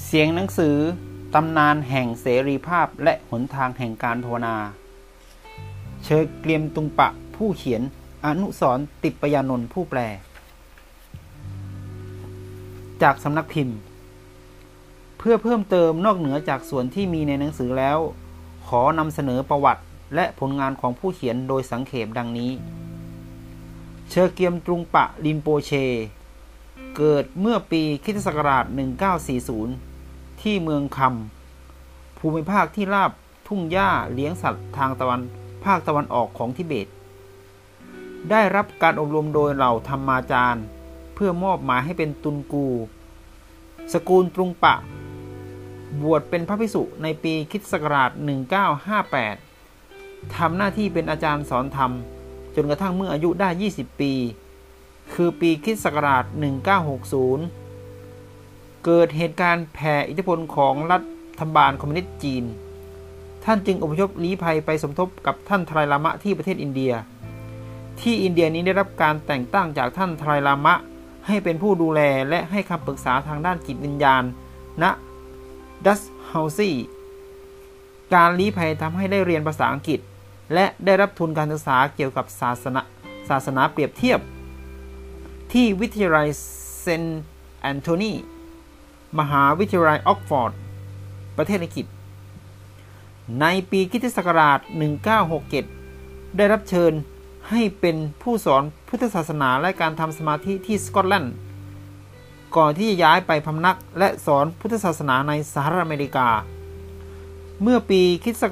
เสียงหนังสือตำนานแห่งเสรีภาพและหนทางแห่งการภาวนาเชิญเกรียมตุงปะผู้เขียนอนุสรณ์ติปยานนท์ผู้แปลจากสำนักพิมพ์เพื่อเพิ่มเติมนอกเหนือจากส่วนที่มีในหนังสือแล้วขอนำเสนอประวัติและผลงานของผู้เขียนโดยสังเขปดังนี้เชอเกียมตุงปะรินโปเชเกิดเมื่อปีค.ศ. 1940 ที่เมืองคำภูมิภาคที่ราบทุ่งหญ้าเลี้ยงสัตว์ทางภาคตะวันออกของทิเบตได้รับการอบรมโดยเหล่าธรรมาจารย์เพื่อมอบหมายให้เป็นตุนกูสกุลตุงปะบวชเป็นพระภิกษุในปีค.ศ. 1958 ทำหน้าที่เป็นอาจารย์สอนธรรมจนกระทั่งเมื่ออายุได้ 20 ปีคือปีค.ศ. 1960 เกิดเหตุการณ์แผ่อิทธิพลของรัฐบาลคอมมิวนิสต์จีนท่านจึงอพยพลี้ภัยไปสมทบกับท่านไทรลามะที่ประเทศอินเดียที่อินเดียนี้ได้รับการแต่งตั้งจากท่านไทรลามะให้เป็นผู้ดูแลและให้คำปรึกษาทางด้านจิตวิญญาณณดัสเฮาซีการลี้ภัยทำให้ได้เรียนภาษาอังกฤษและได้รับทุนการศึกษาเกี่ยวกับศาสนาเปรียบเทียบที่วิทยาลัยเซนต์แอนโทนีมหาวิทยาลัยออกฟอร์ดประเทศอังกฤษในปีค.ศ. 1967 ได้รับเชิญให้เป็นผู้สอนพุทธศาสนาและการทำสมาธิที่สกอตแลนด์ก่อนที่จะย้ายไปพำนักและสอนพุทธศาสนาในสหรัฐอเมริกาเมื่อปีค.ศ.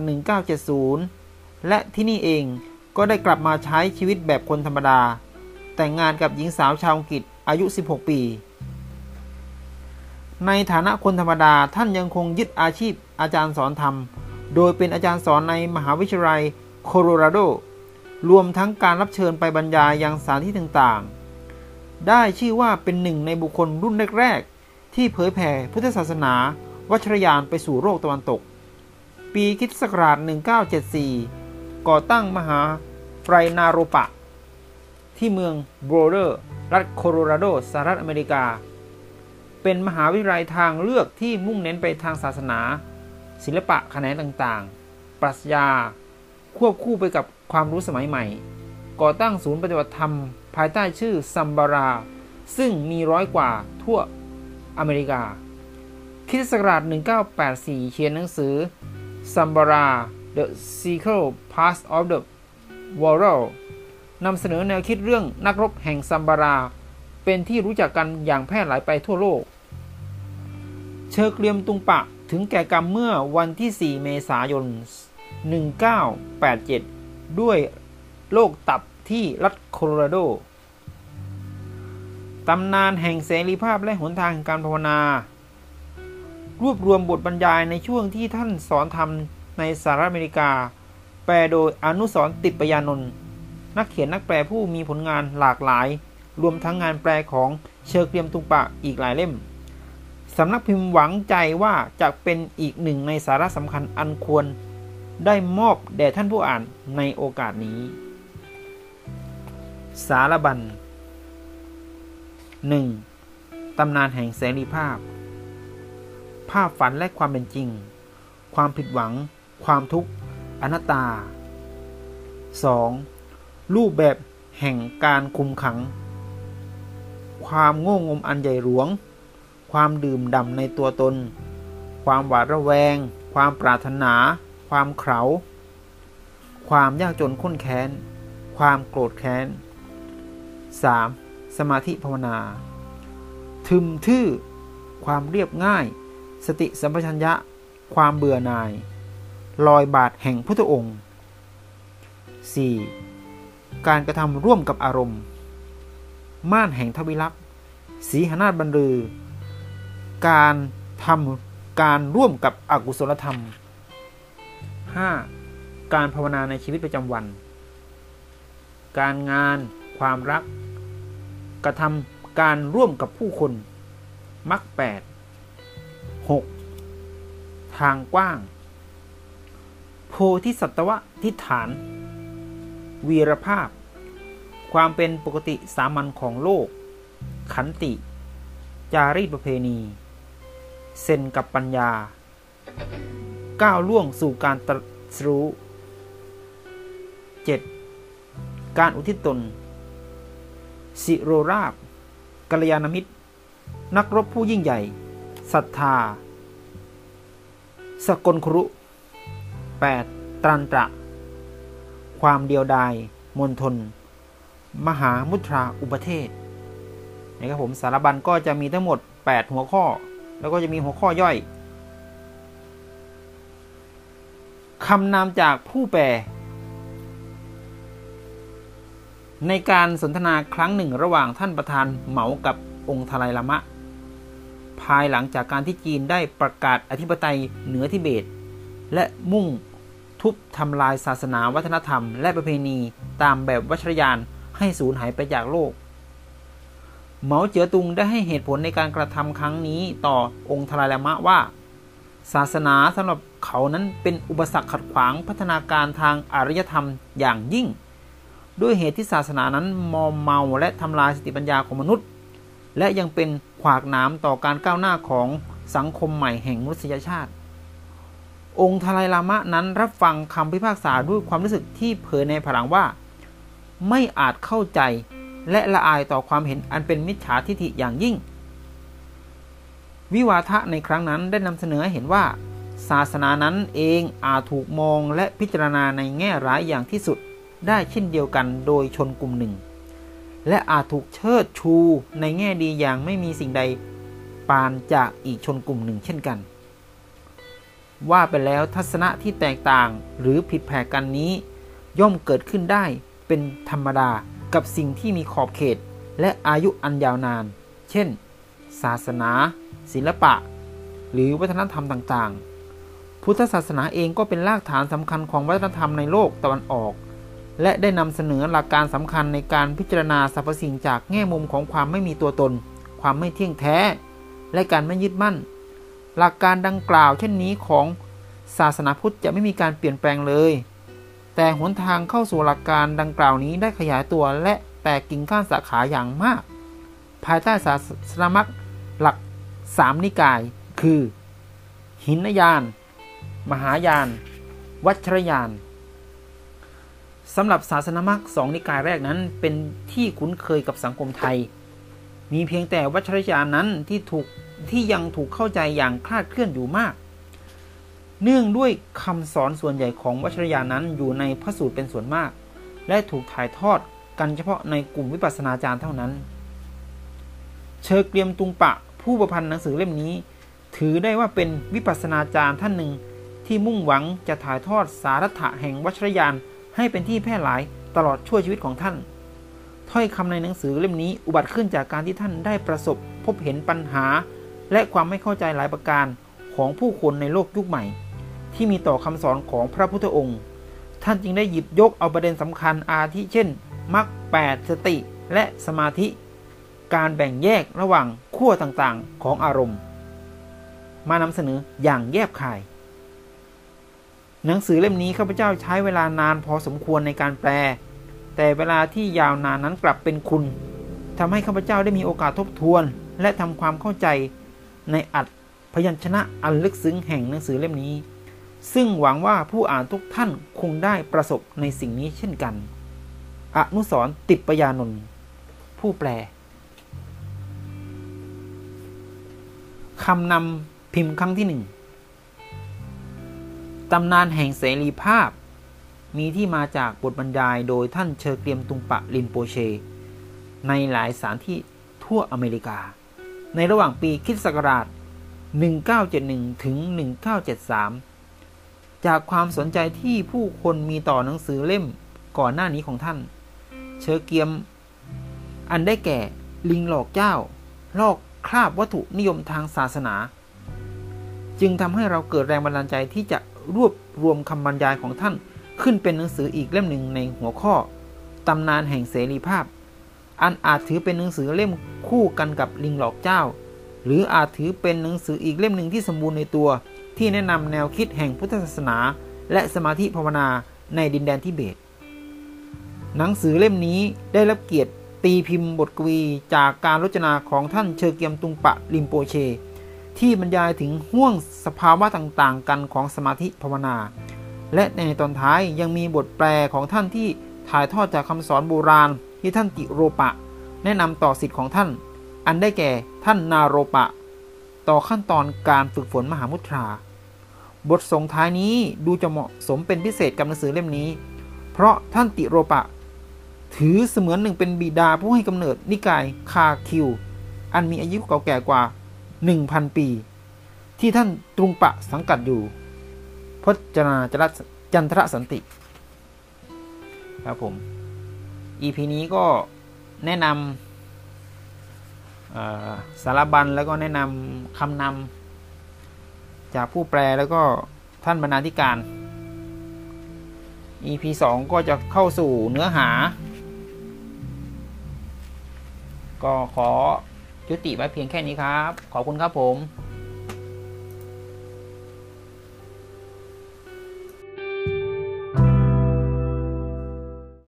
1970 และที่นี่เองก็ได้กลับมาใช้ชีวิตแบบคนธรรมดาแต่งงานกับหญิงสาวชาวอังกฤษอายุ 16 ปีในฐานะคนธรรมดาท่านยังคงยึดอาชีพอาจารย์สอนธรรมโดยเป็นอาจารย์สอนในมหาวิทยาลัยโคโลราโดรวมทั้งการรับเชิญไปบรรยายยังสถานที่ต่างๆได้ชื่อว่าเป็นหนึ่งในบุคคลรุ่นแรกๆที่เผยแผ่พุทธศาสนาวัชรยานไปสู่โลกตะวันตกปีค.ศ. 1974 ก่อตั้งมหาไฟนาโรปะที่เมืองโบลเดอร์รัฐโคโลราโดสหรัฐอเมริกาเป็นมหาวิทยาลัยทางเลือกที่มุ่งเน้นไปทางศาสนาศิลปะแขนงต่างๆปรัชญาควบคู่ไปกับความรู้สมัยใหม่ก่อตั้งศูนย์ปฏิบัติธรรมภายใต้ชื่อซัมบาราซึ่งมี100 กว่าทั่วอเมริกาค.ศ. 1984 เขียนหนังสือ Sambara The Secret Past of the World นำเสนอแนวคิดเรื่องนักรบแห่งซัมบาราเป็นที่รู้จักกันอย่างแพร่หลายไปทั่วโลกเชอเกรียมตุงปะถึงแก่กรรมเมื่อวันที่ 4 เมษายน 1987 ด้วยโรคตับที่รัฐโคโลราโดตำนานแห่งเสรีภาพและหนทางแห่งการภาวนารวบรวมบทบรรยายในช่วงที่ท่านสอนธรรมในสหรัฐอเมริกาแปลโดยอนุสรณ์ติปยานนท์นักเขียนนักแปลผู้มีผลงานหลากหลายรวมทั้งงานแปลของเชอเกรียมตุงปะอีกหลายเล่มสำนักพิมพ์หวังใจว่าจะเป็นอีกหนึ่งในสาระสำคัญอันควรได้มอบแด่ท่านผู้อ่านในโอกาสนี้สารบัญ 1. ตำนานแห่งเสรีภาพภาพฝันและความเป็นจริงความผิดหวังความทุกข์อนัตตา 2. รูปแบบแห่งการคุมขังความโง่งมอันใหญ่หลวงความดื่มด่ำในตัวตนความหวาดระแวงความปรารถนาความเขลาความยากจนข้นแค้นความโกรธแค้น 3. สมาธิภาวนาทึมทื่อความเรียบง่ายสติสัมปชัญญะความเบื่อหน่ายรอยบาทแห่งพุทธองค์ 4. การกระทำร่วมกับอารมณ์ม่านแห่งทวิลักษณ์สีหนาฏบรรลือการทำการร่วมกับอกุศลธรรม 5. การภาวนาในชีวิตประจำวันการงานความรักกระทำการร่วมกับผู้คนมรรค 8 6. ทางกว้างโพธิสัตวทิฏฐานวีรภาพความเป็นปกติสามัญของโลกขันติ จารีตประเพณีเซนกับปัญญาก้าวล่วงสู่การตรัสรู้ 7. การอุทิศตนสิโรราบกัลยาณมิตรนักรบผู้ยิ่งใหญ่ศรัทธาสกลครุ 8. ตรันตระความเดียวดายมณฑลมหามุทราอุปเทศนะครับผมสารบัญก็จะมีทั้งหมด8หัวข้อแล้วก็จะมีหัวข้อย่อยคำนามจากผู้แปลในการสนทนาครั้งหนึ่งระหว่างท่านประธานเหมากับองค์ทไลลามะภายหลังจากการที่จีนได้ประกาศอธิปไตยเหนือทิเบตและมุ่งทุบทำลายศาสนาวัฒนธรรมและประเพณีตามแบบวัชรยานให้สูญหายไปจากโลกเหมาเจ๋อตุงได้ให้เหตุผลในการกระทำครั้งนี้ต่อองค์ทไลลามะว่าศาสนาสำหรับเขานั้นเป็นอุปสรรคขัดขวางพัฒนาการทางอารยธรรมอย่างยิ่งด้วยเหตุที่ศาสนานั้นมอมเมาและทำลายสติปัญญาของมนุษย์และยังเป็นขวากหนามต่อการก้าวหน้าของสังคมใหม่แห่งมนุษยชาติองค์ทไลลามะนั้นรับฟังคำพิพากษาด้วยความรู้สึกที่เผยในภายหลังว่าไม่อาจเข้าใจและละอายต่อความเห็นอันเป็นมิจฉาทิฐิอย่างยิ่งวิวาทะในครั้งนั้นได้นำเสนอให้เห็นว่าศาสนานั้นเองอาจถูกมองและพิจารณาในแง่ร้ายอย่างที่สุดได้เช่นเดียวกันโดยชนกลุ่มหนึ่งและอาจถูกเชิดชูในแง่ดีอย่างไม่มีสิ่งใดปานจากอีกชนกลุ่มหนึ่งเช่นกันว่าไปแล้วทัศนะที่แตกต่างหรือผิดแผกกันนี้ย่อมเกิดขึ้นได้เป็นธรรมดากับสิ่งที่มีขอบเขตและอายุอันยาวนานเช่นศาสนาศิลปะหรือวัฒนธรรมต่างๆพุทธศาสนาเองก็เป็นรากฐานสำคัญของวัฒนธรรมในโลกตะวันออกและได้นำเสนอหลักการสำคัญในการพิจารณาสรรพสิ่งจากแง่มุมของความไม่มีตัวตนความไม่เที่ยงแท้และการไม่ยึดมั่นหลักการดังกล่าวเช่นนี้ของศาสนาพุทธจะไม่มีการเปลี่ยนแปลงเลยแต่หนทางเข้าสู่หลักการดังกล่าวนี้ได้ขยายตัวและแตกกิ่งก้านสาขาอย่างมากภายใต้ศาสนมรรคหลัก3นิกายคือหินยานมหายานวัชรยานสำหรับศาสนมรรค2นิกายแรกนั้นเป็นที่คุ้นเคยกับสังคมไทยมีเพียงแต่วัชรยานนั้นที่ยังถูกเข้าใจอย่างคลาดเคลื่อนอยู่มากเนื่องด้วยคำสอนส่วนใหญ่ของวัชรยานนั้นอยู่ในพระสูตรเป็นส่วนมากและถูกถ่ายทอดกันเฉพาะในกลุ่มวิปัสสนาจารย์เท่านั้นเชอเกรียมตุงปะผู้ประพันธ์หนังสือเล่มนี้ถือได้ว่าเป็นวิปัสสนาจารย์ท่านหนึ่งที่มุ่งหวังจะถ่ายทอดสารัตถะแห่งวัชรยานให้เป็นที่แพร่หลายตลอดชั่วชีวิตของท่านถ้อยคำในหนังสือเล่มนี้อุบัติขึ้นจากการที่ท่านได้ประสบพบเห็นปัญหาและความไม่เข้าใจหลายประการของผู้คนในโลกยุคใหม่ที่มีต่อคำสอนของพระพุทธองค์ท่านจึงได้หยิบยกเอาประเด็นสำคัญอาทิเช่นมรรค8สติและสมาธิการแบ่งแยกระหว่างขั้วต่างๆของอารมณ์มานำเสนออย่างแยบคายหนังสือเล่มนี้ข้าพเจ้าใช้เวลานานพอสมควรในการแปลแต่เวลาที่ยาวนานนั้นกลับเป็นคุณทำให้ข้าพเจ้าได้มีโอกาสทบทวนและทำความเข้าใจในอรรถพยัญชนะอันลึกซึ้งแห่งหนังสือเล่มนี้ซึ่งหวังว่าผู้อ่านทุกท่านคงได้ประสบในสิ่งนี้เช่นกันอนุสรณ์ ติปยานนท์ผู้แปลคำนำพิมพ์ครั้งที่1ตำนานแห่งเสรีภาพมีที่มาจากบทบรรยายโดยท่านเชอเกรียมตุงปะรินโปเชในหลายสถานที่ทั่วอเมริกาในระหว่างปีคริสต์ศักราช1971ถึง1973จากความสนใจที่ผู้คนมีต่อหนังสือเล่มก่อนหน้านี้ของท่านเชอเกียมอันได้แก่ลิงหลอกเจ้าลอกคราบวัตถุนิยมทางศาสนาจึงทำให้เราเกิดแรงบันดาลใจที่จะรวบรวมคำบรรยายของท่านขึ้นเป็นหนังสืออีกเล่มหนึ่งในหัวข้อตำนานแห่งเสรีภาพอันอาจถือเป็นหนังสือเล่มคู่กันกับลิงหลอกเจ้าหรืออาจถือเป็นหนังสืออีกเล่มหนึ่งที่สมบูรณ์ในตัวที่แนะนำแนวคิดแห่งพุทธศาสนาและสมาธิภาวนาในดินแดนทิเบตหนังสือเล่มนี้ได้รับเกียรติตีพิมพ์บทกวีจากการรจนาของท่านเชอเกียมตุงปะริมโปเชที่บรรยายถึงห่วงสภาวะต่างๆกันของสมาธิภาวนา และในตอนท้ายยังมีบทแปลของท่านที่ถ่ายทอดจากคำสอนโบราณที่ท่านติโรปะแนะนำต่อศิษย์ของท่านอันได้แก่ท่านนาโรปะต่อขั้นตอนการฝึกฝนมหามุทราบทส่งท้ายนี้ดูจะเหมาะสมเป็นพิเศษกับหนังสือเล่มนี้เพราะท่านติโรปะถือเสมือนหนึ่งเป็นบิดาผู้ให้กำเนิดนิกายคาคิวอันมีอายุเก่าแก่กว่า 1,000 ปีที่ท่านตรุงปะสังกัดอยู่พจนาจันทรสันติครับผม EP นี้ก็แนะนำสารบัญแล้วก็แนะนำคำนำจากผู้แปลแล้วก็ท่านบรรณาธิการ EP 2 ก็จะเข้าสู่เนื้อหาก็ขอยุติไว้เพียงแค่นี้ครับขอบคุณครับผม